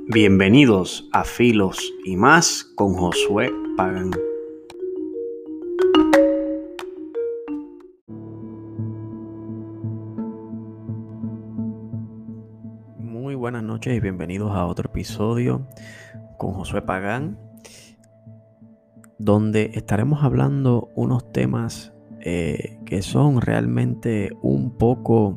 Bienvenidos a Filos y Más con Josué Pagán. Muy buenas noches y bienvenidos a otro episodio con Josué Pagán, donde estaremos hablando unos temas que son realmente un poco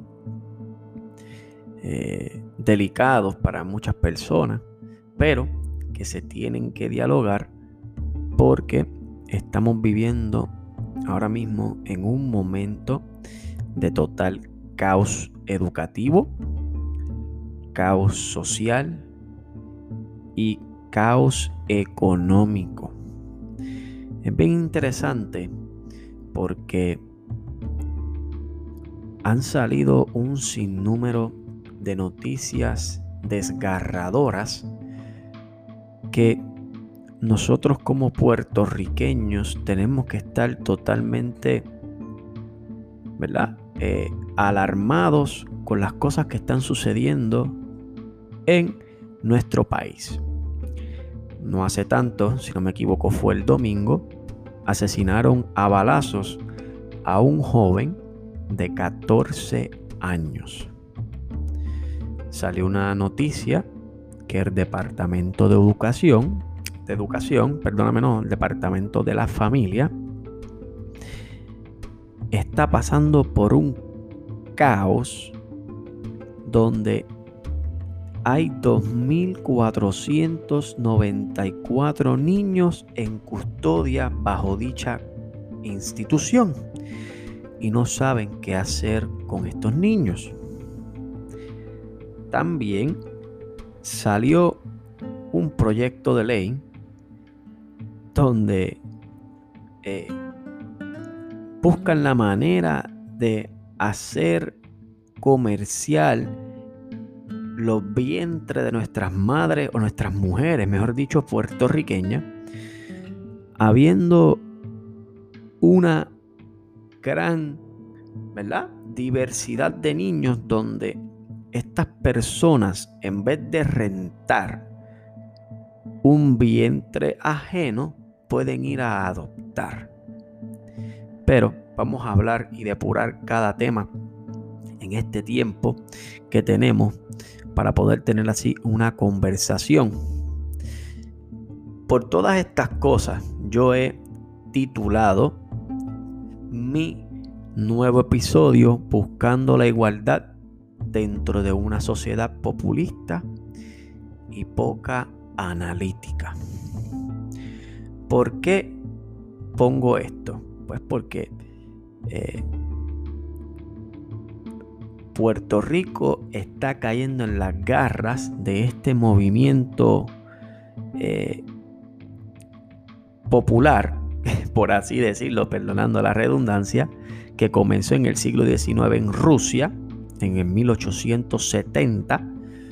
delicados para muchas personas, pero que se tienen que dialogar porque estamos viviendo ahora mismo en un momento de total caos educativo, caos social y caos económico. Es bien interesante porque han salido un sinnúmero de noticias desgarradoras que nosotros como puertorriqueños tenemos que estar totalmente, alarmados con las cosas que están sucediendo en nuestro país. No hace tanto, si no me equivoco, fue el domingo, asesinaron a balazos a un joven de 14 años. Salió una noticia que el Departamento de el Departamento de la Familia está pasando por un caos donde hay 2.494 niños en custodia bajo dicha institución y no saben qué hacer con estos niños. También salió un proyecto de ley donde buscan la manera de hacer comercial los vientres de nuestras madres o nuestras mujeres, mejor dicho, puertorriqueñas, habiendo una gran, diversidad de niños donde estas personas, en vez de rentar un vientre ajeno, pueden ir a adoptar. Pero vamos a hablar y depurar cada tema en este tiempo que tenemos para poder tener así una conversación. Por todas estas cosas, yo he titulado mi nuevo episodio Buscando la igualdad dentro de una sociedad populista y poca analítica. ¿Por qué pongo esto? Pues porque Puerto Rico está cayendo en las garras de este movimiento popular, por así decirlo, perdonando la redundancia, que comenzó en el siglo XIX en Rusia, en el 1870.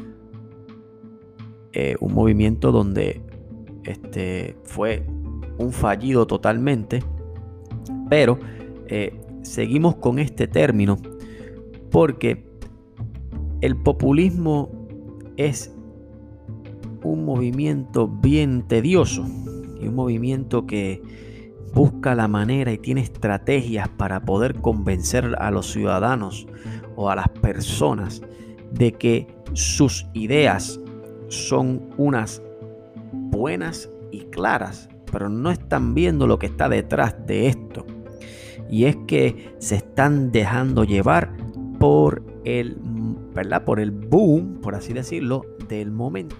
Un movimiento donde fue un fallido totalmente, pero seguimos con este término porque el populismo es un movimiento bien tedioso y un movimiento que busca la manera y tiene estrategias para poder convencer a los ciudadanos o a las personas de que sus ideas son unas buenas y claras, pero no están viendo lo que está detrás de esto. Y es que se están dejando llevar por el boom, por así decirlo, del momento.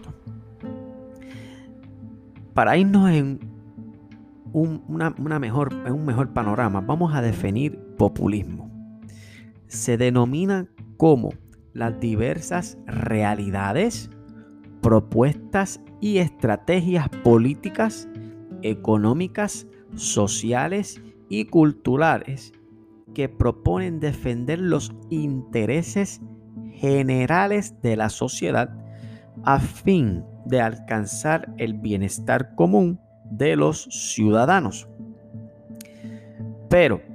Para irnos en un mejor panorama, vamos a definir populismo. Se denomina como las diversas realidades, propuestas y estrategias políticas, económicas, sociales y culturales que proponen defender los intereses generales de la sociedad a fin de alcanzar el bienestar común de los ciudadanos. Pero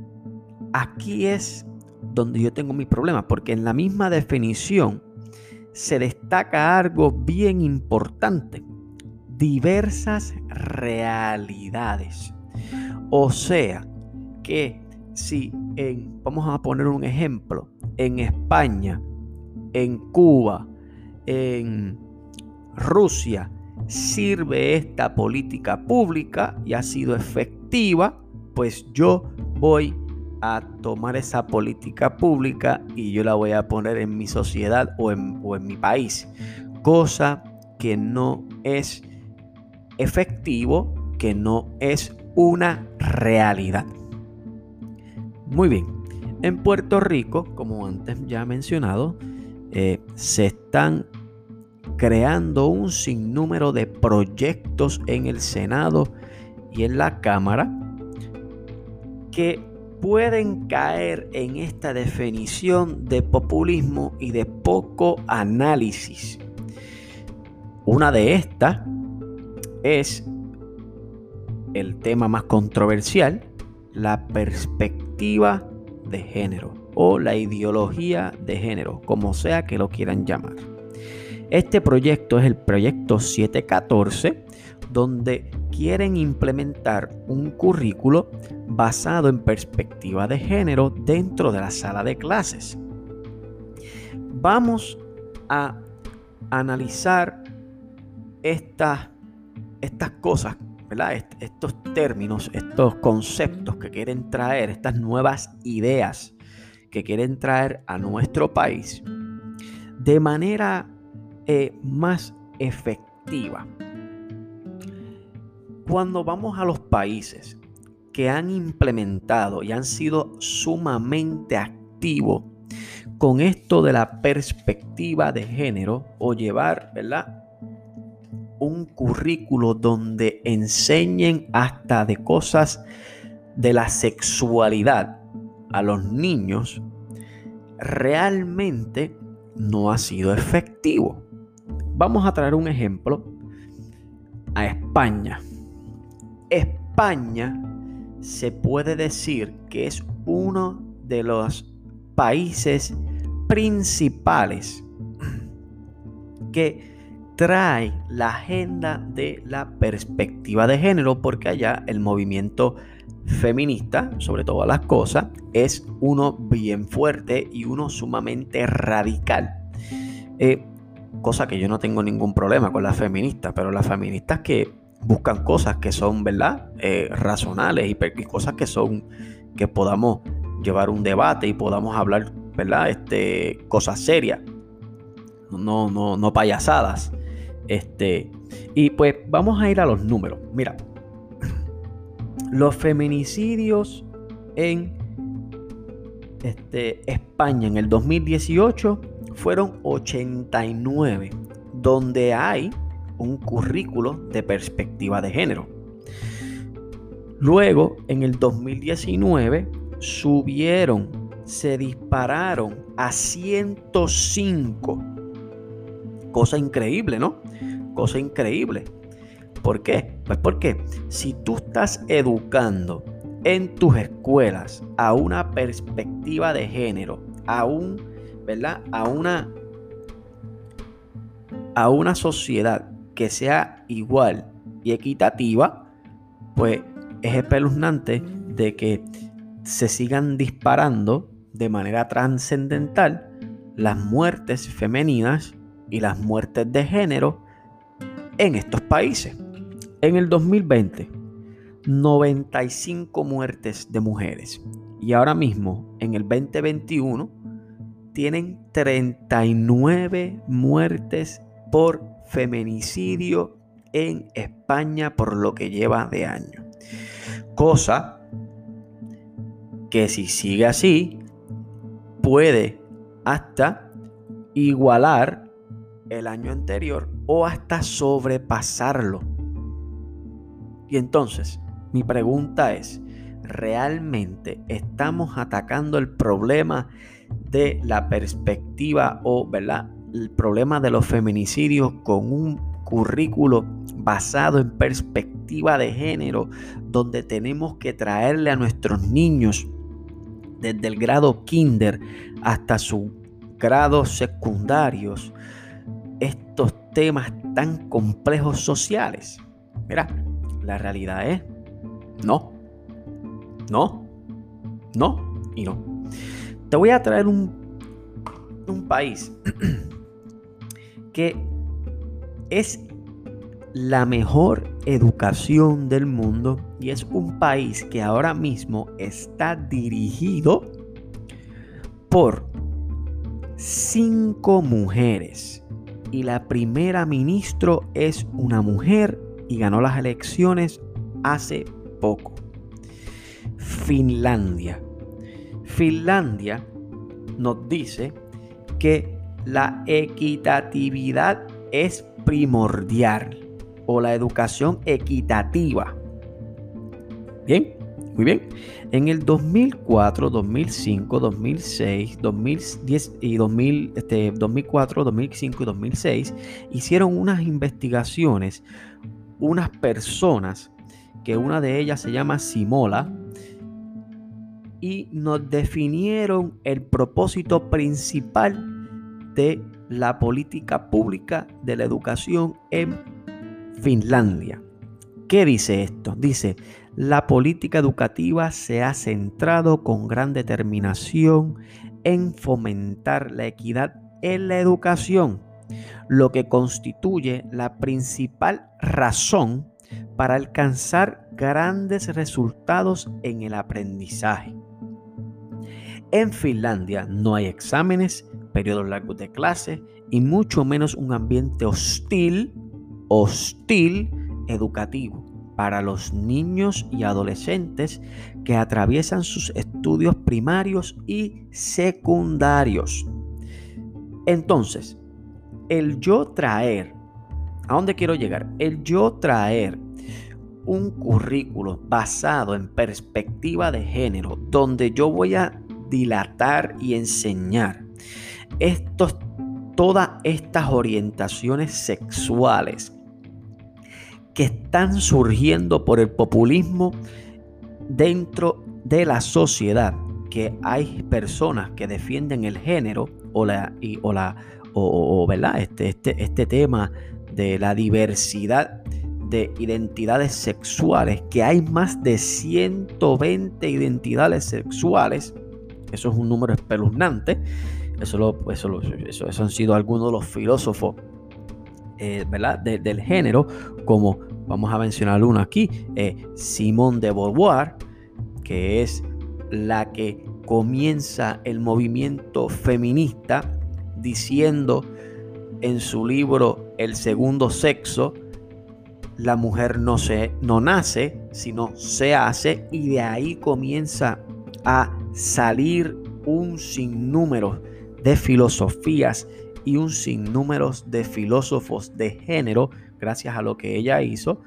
aquí es donde yo tengo mi problema, porque en la misma definición se destaca algo bien importante: diversas realidades. O sea, que si vamos a poner un ejemplo, en España, en Cuba, en Rusia, sirve esta política pública y ha sido efectiva, pues yo voy a tomar esa política pública y yo la voy a poner en mi sociedad o en mi país, cosa que no es efectivo, que no es una realidad. Muy bien, en Puerto Rico, como antes ya mencionado, se están creando un sinnúmero de proyectos en el Senado y en la Cámara que pueden caer en esta definición de populismo y de poco análisis. Una de estas es el tema más controversial: la perspectiva de género o la ideología de género, como sea que lo quieran llamar. Este proyecto es el proyecto 714, donde quieren implementar un currículo basado en perspectiva de género dentro de la sala de clases. Vamos a analizar estas cosas, ¿verdad? Estos términos, estos conceptos que quieren traer, estas nuevas ideas que quieren traer a nuestro país de manera más efectiva. Cuando vamos a los países que han implementado y han sido sumamente activos con esto de la perspectiva de género, o llevar, ¿verdad?, un currículo donde enseñen hasta de cosas de la sexualidad a los niños, realmente no ha sido efectivo. Vamos a traer un ejemplo a España. España se puede decir que es uno de los países principales que trae la agenda de la perspectiva de género, porque allá el movimiento feminista, sobre todas las cosas, es uno bien fuerte y uno sumamente radical. Cosa que yo no tengo ningún problema con las feministas, pero las feministas que buscan cosas que son, ¿verdad?, razonables y cosas que podamos llevar un debate y podamos hablar, ¿verdad?, cosas serias, no payasadas. Y pues vamos a ir a los números. Mira, los feminicidios en España en el 2018 fueron 89, donde hay un currículo de perspectiva de género. Luego, en el 2019, se dispararon a 105. Cosa increíble, ¿no? Cosa increíble. ¿Por qué? Pues porque si tú estás educando en tus escuelas a una perspectiva de género, ¿verdad?, a una sociedad que sea igual y equitativa, pues es espeluznante de que se sigan disparando de manera trascendental las muertes femeninas y las muertes de género en estos países. En el 2020, 95 muertes de mujeres. Y ahora mismo, en el 2021, tienen 39 muertes por feminicidio en España por lo que lleva de año. Cosa que, si sigue así, puede hasta igualar el año anterior o hasta sobrepasarlo. Y entonces, mi pregunta es: ¿realmente estamos atacando el problema de la perspectiva o, ¿verdad?, el problema de los feminicidios con un currículo basado en perspectiva de género, donde tenemos que traerle a nuestros niños desde el grado kinder hasta sus grados secundarios estos temas tan complejos sociales? Mira, la realidad es no, no, no y no. Te voy a traer un país que es la mejor educación del mundo y es un país que ahora mismo está dirigido por 5 mujeres y la primera ministra es una mujer y ganó las elecciones hace poco. Finlandia. Finlandia nos dice que la equitatividad es primordial o la educación equitativa. Bien, muy bien. En el 2004, 2005, 2006, 2010 y 2004, 2005 y 2006 hicieron unas investigaciones, unas personas, que una de ellas se llama Simola, y nos definieron el propósito principal de la política pública de la educación en Finlandia. ¿Qué dice esto? Dice: la política educativa se ha centrado con gran determinación en fomentar la equidad en la educación, lo que constituye la principal razón para alcanzar grandes resultados en el aprendizaje. En Finlandia no hay exámenes, periodos largos de clase y mucho menos un ambiente hostil educativo para los niños y adolescentes que atraviesan sus estudios primarios y secundarios. Entonces, ¿a dónde quiero llegar? El yo traer un currículo basado en perspectiva de género, donde yo voy a dilatar y enseñar todas estas orientaciones sexuales que están surgiendo por el populismo dentro de la sociedad, que hay personas que defienden el género ¿verdad? Este tema de la diversidad de identidades sexuales, que hay más de 120 identidades sexuales. Eso es un número espeluznante. Eso han sido algunos de los filósofos ¿verdad? Del género, como vamos a mencionar uno aquí, Simone de Beauvoir, que es la que comienza el movimiento feminista diciendo en su libro El segundo sexo: la mujer no nace, sino se hace, y de ahí comienza a salir un sinnúmero de filosofías y un sinnúmero de filósofos de género gracias a lo que ella hizo.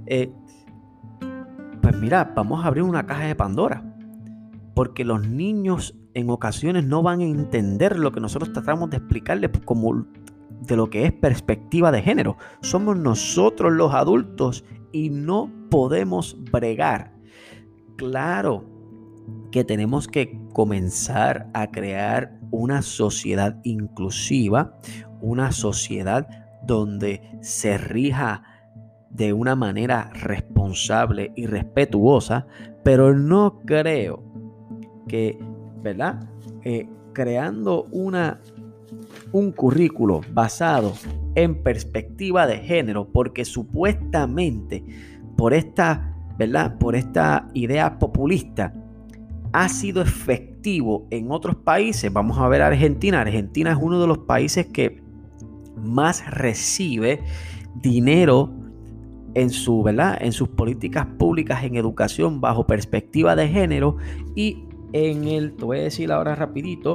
Pues mira, vamos a abrir una caja de Pandora, porque los niños en ocasiones no van a entender lo que nosotros tratamos de explicarles como de lo que es perspectiva de género. Somos nosotros los adultos y no podemos bregar. Claro que tenemos que comenzar a crear una sociedad inclusiva, una sociedad donde se rija de una manera responsable y respetuosa, pero no creo que, ¿verdad? Creando un currículo basado en perspectiva de género, porque supuestamente por esta idea populista ha sido efectivo en otros países. Vamos a ver a Argentina. Argentina es uno de los países que más recibe dinero en sus políticas públicas en educación bajo perspectiva de género, y te voy a decir ahora rapidito,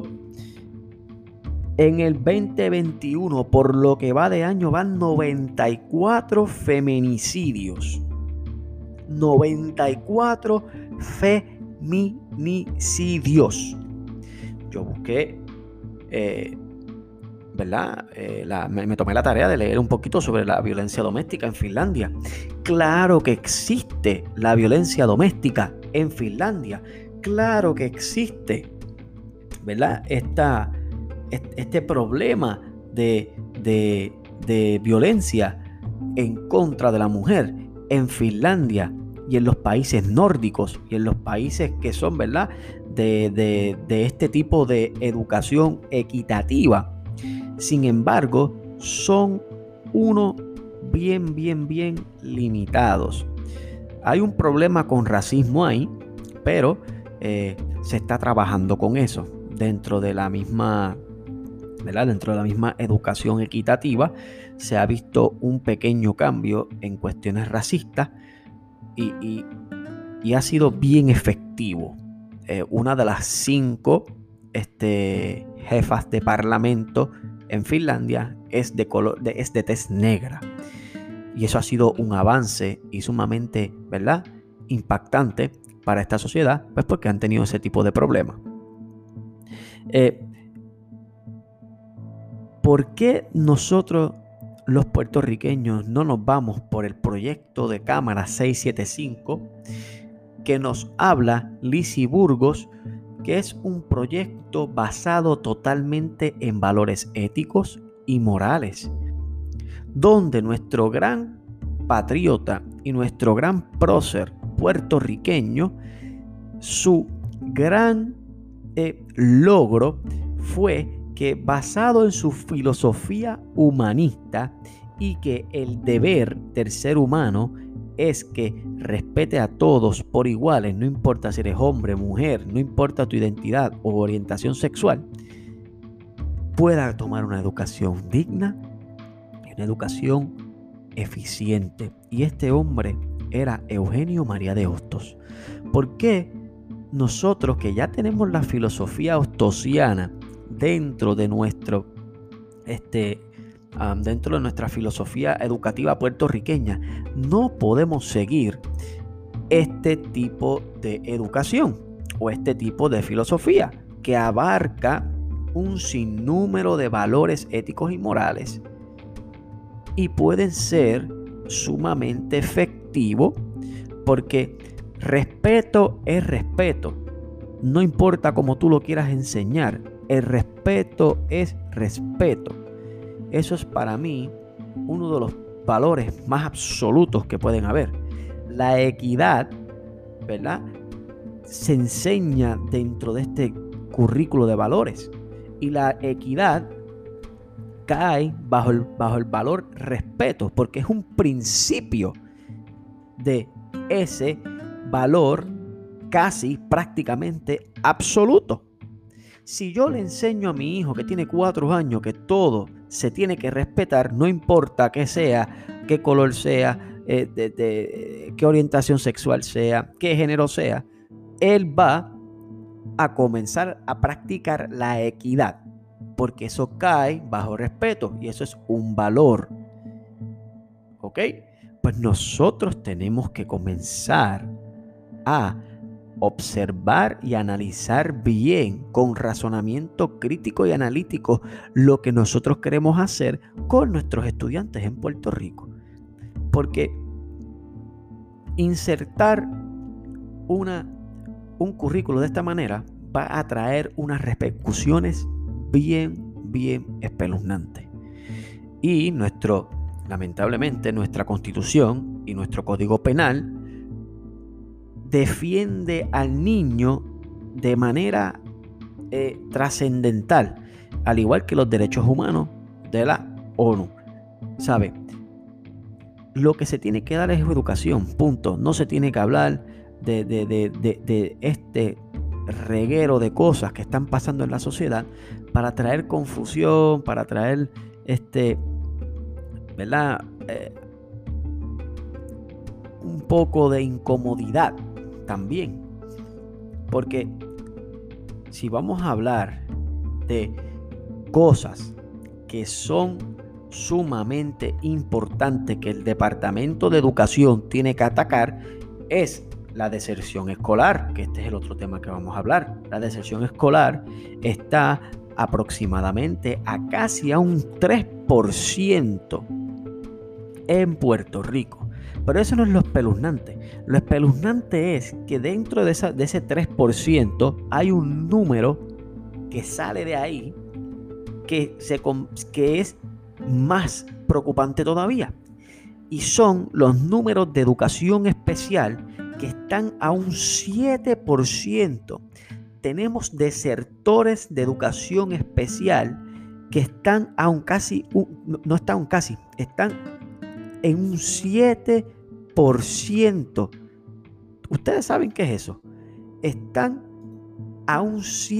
en el 2021, por lo que va de año, van 94 feminicidios. 94 feminicidios. Yo busqué, ¿verdad? Me tomé la tarea de leer un poquito sobre la violencia doméstica en Finlandia. Claro que existe la violencia doméstica en Finlandia. Claro que existe, ¿verdad? Este problema de de violencia en contra de la mujer en Finlandia y en los países nórdicos y en los países que son, ¿verdad?, de este tipo de educación equitativa. Sin embargo, son bien limitados. Hay un problema con racismo ahí, pero se está trabajando con eso dentro de la misma, ¿verdad? Dentro de la misma educación equitativa se ha visto un pequeño cambio en cuestiones racistas y ha sido bien efectivo. Una de las 5 jefas de parlamento en Finlandia es de tez negra. Y eso ha sido un avance y sumamente, ¿verdad?, impactante para esta sociedad, pues porque han tenido ese tipo de problemas. ¿Por qué nosotros, los puertorriqueños, no nos vamos por el proyecto de Cámara 675 que nos habla Lizy Burgos, que es un proyecto basado totalmente en valores éticos y morales, donde nuestro gran patriota y nuestro gran prócer puertorriqueño, su gran logro fue que, basado en su filosofía humanista y que el deber del ser humano es que respete a todos por iguales, no importa si eres hombre, mujer, no importa tu identidad o orientación sexual, pueda tomar una educación digna y una educación eficiente. Y este hombre era Eugenio María de Hostos. ¿Por qué nosotros, que ya tenemos la filosofía hostosiana dentro de dentro de nuestra filosofía educativa puertorriqueña, no podemos seguir este tipo de educación o este tipo de filosofía que abarca un sinnúmero de valores éticos y morales y pueden ser sumamente efectivos? Porque respeto es respeto, no importa cómo tú lo quieras enseñar, el respeto es respeto. Eso es para mí uno de los valores más absolutos que pueden haber. La equidad, ¿verdad?, se enseña dentro de este currículo de valores, y la equidad cae bajo el valor respeto, porque es un principio de ese valor casi prácticamente absoluto. Si yo le enseño a mi hijo que tiene 4 años que todo se tiene que respetar, no importa qué sea, qué color sea, qué orientación sexual sea, qué género sea, él va a comenzar a practicar la equidad, porque eso cae bajo respeto y eso es un valor. ¿Ok? Pues nosotros tenemos que comenzar a observar y analizar bien, con razonamiento crítico y analítico, lo que nosotros queremos hacer con nuestros estudiantes en Puerto Rico. Porque insertar un currículo de esta manera va a traer unas repercusiones bien espeluznantes. Y lamentablemente, nuestra Constitución y nuestro Código Penal defiende al niño de manera trascendental, al igual que los derechos humanos de la ONU. ¿Sabe? Lo que se tiene que dar es educación, punto. No se tiene que hablar de este reguero de cosas que están pasando en la sociedad para traer confusión, para traer ¿verdad?, un poco de incomodidad también. Porque si vamos a hablar de cosas que son sumamente importantes que el Departamento de Educación tiene que atacar, es la deserción escolar, que este es el otro tema que vamos a hablar. La deserción escolar está aproximadamente a casi a un 3% en Puerto Rico. Pero eso no es lo espeluznante. Lo espeluznante es que dentro de ese 3% hay un número que sale de ahí que es más preocupante todavía. Y son los números de educación especial que están a un 7%. Tenemos desertores de educación especial que están están en un 7%. ¿Ustedes saben qué es eso? Están a un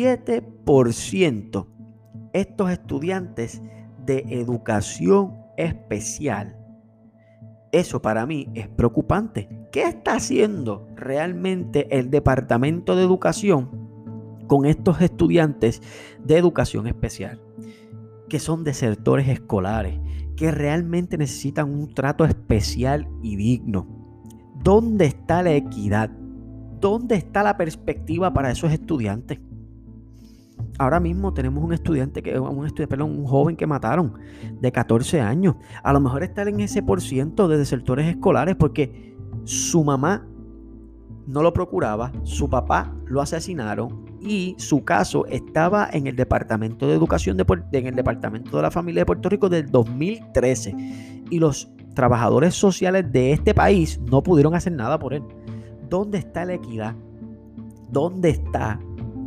7% estos estudiantes de educación especial. Eso para mí es preocupante. ¿Qué está haciendo realmente el Departamento de Educación con estos estudiantes de educación especial? Que son desertores escolares, que realmente necesitan un trato especial y digno. ¿Dónde está la equidad? ¿Dónde está la perspectiva para esos estudiantes? Ahora mismo tenemos un joven que mataron de 14 años. A lo mejor está en ese % de desertores escolares porque su mamá no lo procuraba, su papá lo asesinaron y su caso estaba en el Departamento de Educación en el Departamento de la Familia de Puerto Rico del 2013 y los trabajadores sociales de este país no pudieron hacer nada por él. ¿Dónde está la equidad? ¿Dónde está,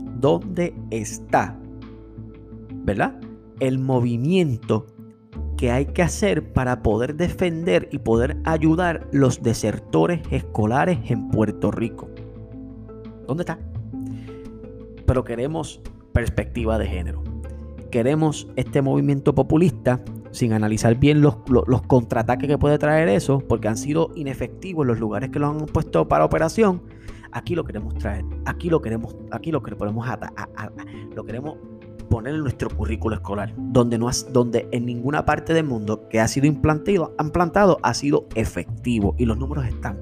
¿verdad?, el movimiento que hay que hacer para poder defender y poder ayudar los desertores escolares en Puerto Rico? ¿Dónde está? Pero queremos perspectiva de género. Queremos este movimiento populista sin analizar bien los contraataques que puede traer eso, porque han sido inefectivos en los lugares que los han puesto para operación. Aquí lo queremos traer, aquí lo queremos poner en nuestro currículo escolar, donde en ninguna parte del mundo que ha sido implantado ha sido efectivo. Y los números están.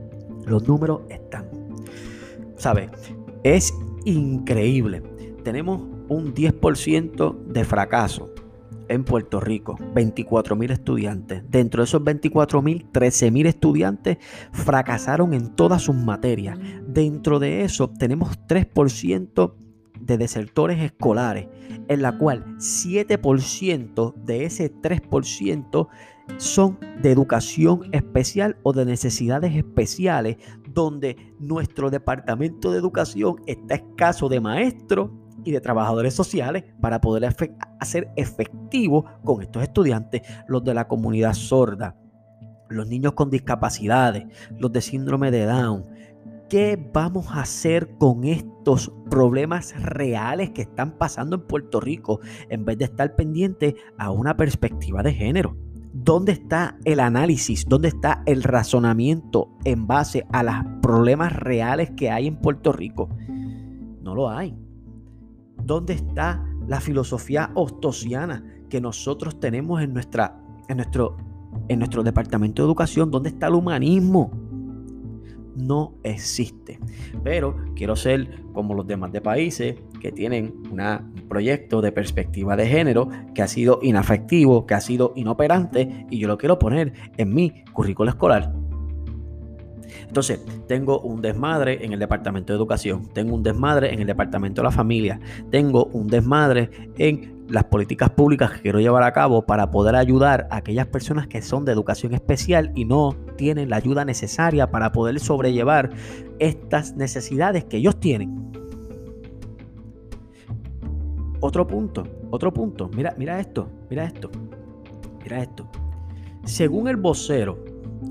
¿Sabes? Es increíble. Tenemos un 10% de fracaso en Puerto Rico, 24,000 estudiantes. Dentro de esos 24,000, 13,000 estudiantes fracasaron en todas sus materias. Dentro de eso tenemos 3% de desertores escolares, en la cual 7% de ese 3% son de educación especial o de necesidades especiales, donde nuestro Departamento de Educación está escaso de maestros y de trabajadores sociales para poder hacer efectivo con estos estudiantes, los de la comunidad sorda, los niños con discapacidades, los de síndrome de Down. ¿Qué vamos a hacer con estos problemas reales que están pasando en Puerto Rico en vez de estar pendiente a una perspectiva de género? ¿Dónde está el análisis? ¿Dónde está el razonamiento en base a los problemas reales que hay en Puerto Rico? No lo hay. ¿Dónde está la filosofía ostosiana que nosotros tenemos en nuestro Departamento de Educación? ¿Dónde está el humanismo? No existe. Pero quiero ser como los demás de países que tienen un proyecto de perspectiva de género que ha sido inefectivo, que ha sido inoperante, y yo lo quiero poner en mi currículo escolar. Entonces, tengo un desmadre en el Departamento de Educación, tengo un desmadre en el Departamento de la Familia, tengo un desmadre en las políticas públicas que quiero llevar a cabo para poder ayudar a aquellas personas que son de educación especial y no tienen la ayuda necesaria para poder sobrellevar estas necesidades que ellos tienen. Otro punto. Mira esto. Según el vocero,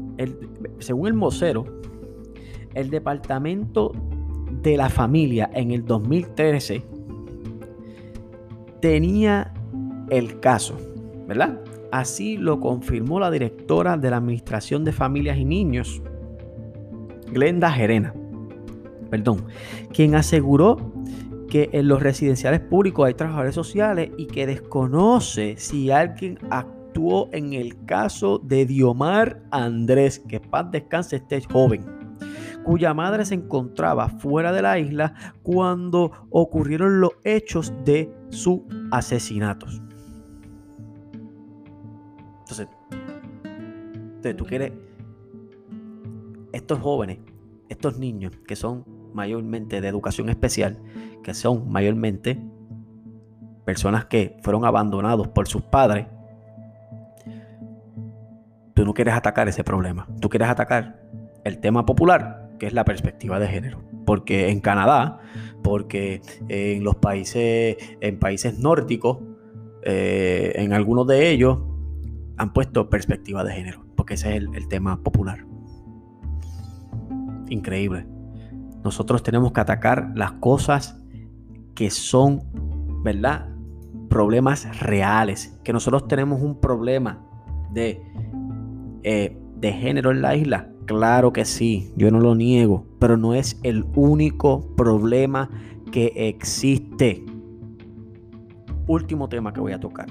el Departamento de la Familia en el 2013 tenía el caso, ¿verdad? Así lo confirmó la directora de la Administración de Familias y Niños, Glenda Gerena, quien aseguró que en los residenciales públicos hay trabajadores sociales y que desconoce si alguien actuó en el caso de Diomar Andrés, que paz descanse este joven, cuya madre se encontraba fuera de la isla cuando ocurrieron los hechos de su asesinato. Entonces tú quieres, estos jóvenes, estos niños que son mayormente de educación especial, que son mayormente personas que fueron abandonados por sus padres, tú no quieres atacar ese problema. Tú quieres atacar el tema popular, que es la perspectiva de género. Porque en Canadá, porque en países nórdicos, en algunos de ellos han puesto perspectiva de género, porque ese es el tema popular. Increíble. Nosotros tenemos que atacar las cosas que son, ¿verdad?, problemas reales. Que nosotros tenemos un problema de género en la isla. Claro que sí, yo no lo niego, pero no es el único problema que existe. Último tema que voy a tocar.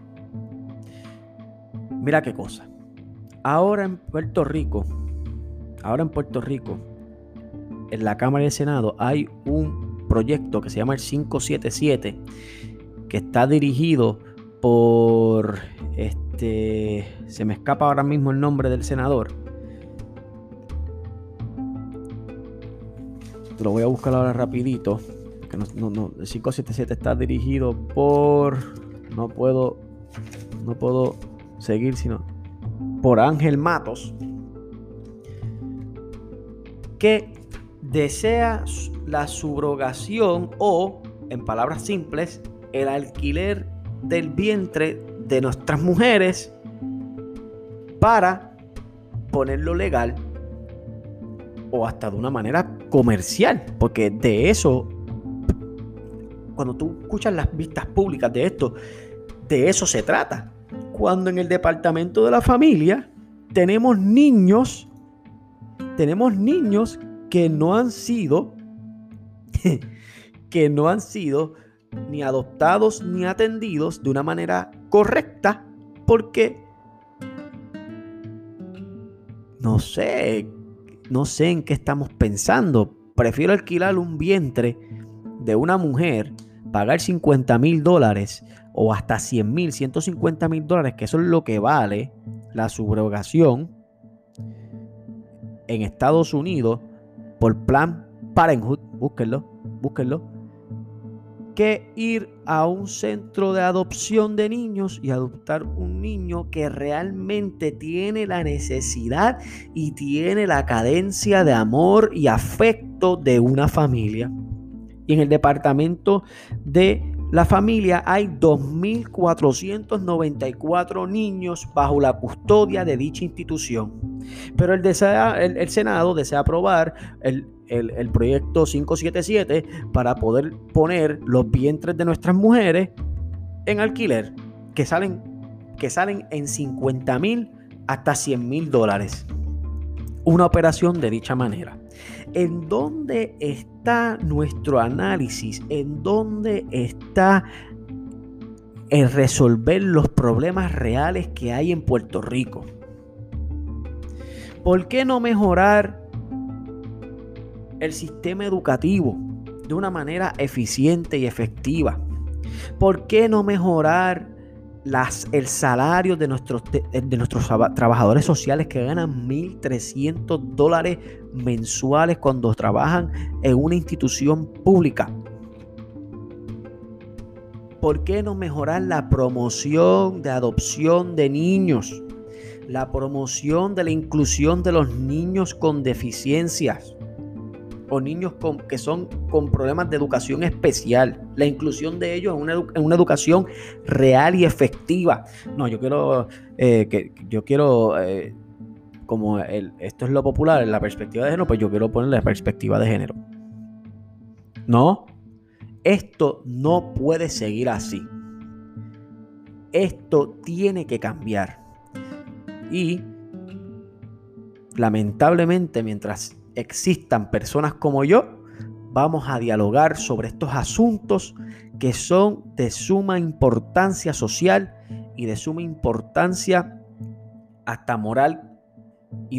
Mira qué cosa. Ahora en Puerto Rico, en la Cámara y el Senado hay un proyecto que se llama el 577, que está dirigido por se me escapa ahora mismo el nombre del senador. Lo voy a buscar ahora rapidito. Que no, el 577 está dirigido por... No puedo seguir, sino por Ángel Matos, que desea la subrogación o, en palabras simples, el alquiler del vientre de nuestras mujeres para ponerlo legal o hasta de una manera comercial, porque de eso, cuando tú escuchas las vistas públicas de esto, de eso se trata. Cuando en el departamento de la familia tenemos niños que no han sido ni adoptados ni atendidos de una manera correcta, porque no sé en qué estamos pensando. Prefiero alquilar un vientre de una mujer, pagar $50,000 o hasta $100,000, $150,000, que eso es lo que vale la subrogación en Estados Unidos por Planned Parenthood, búsquenlo, que ir a un centro de adopción de niños y adoptar un niño que realmente tiene la necesidad y tiene la carencia de amor y afecto de una familia. Y en el departamento de la familia hay 2,494 niños bajo la custodia de dicha institución. Pero el Senado desea aprobar el proyecto 577 para poder poner los vientres de nuestras mujeres en alquiler, que salen en $50,000 hasta $100,000. Una operación de dicha manera. ¿En dónde está nuestro análisis? ¿En dónde está el resolver los problemas reales que hay en Puerto Rico? ¿Por qué no mejorar el sistema educativo de una manera eficiente y efectiva? ¿Por qué no mejorar el salario de nuestros trabajadores sociales que ganan $1,300 mensuales cuando trabajan en una institución pública? ¿Por qué no mejorar la promoción de adopción de niños? La promoción de la inclusión de los niños con deficiencias o niños que son con problemas de educación especial, la inclusión de ellos en una educación real y efectiva. No, yo quiero como esto es lo popular, en la perspectiva de género, pues yo quiero poner la perspectiva de género. No, esto no puede seguir así. Esto tiene que cambiar. Y lamentablemente, mientras existan personas como yo, vamos a dialogar sobre estos asuntos que son de suma importancia social y de suma importancia hasta moral y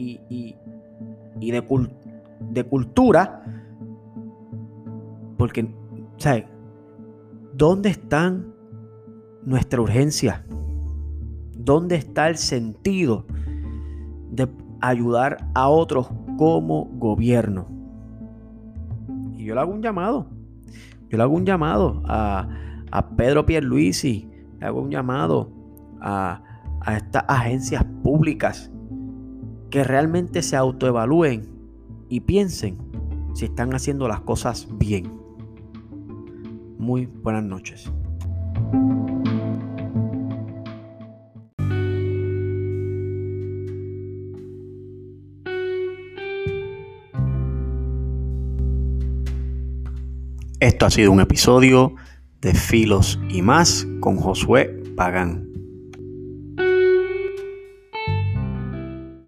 de cultura, porque, ¿sabes? ¿Dónde están nuestra urgencia? ¿Dónde está el sentido de ayudar a otros como gobierno? Y yo le hago un llamado. A Pedro Pierluisi, le hago un llamado a estas agencias públicas públicas, que realmente se autoevalúen y piensen si están haciendo las cosas bien. Muy buenas noches. Esto ha sido un episodio de Filos y Más con Josué Pagán.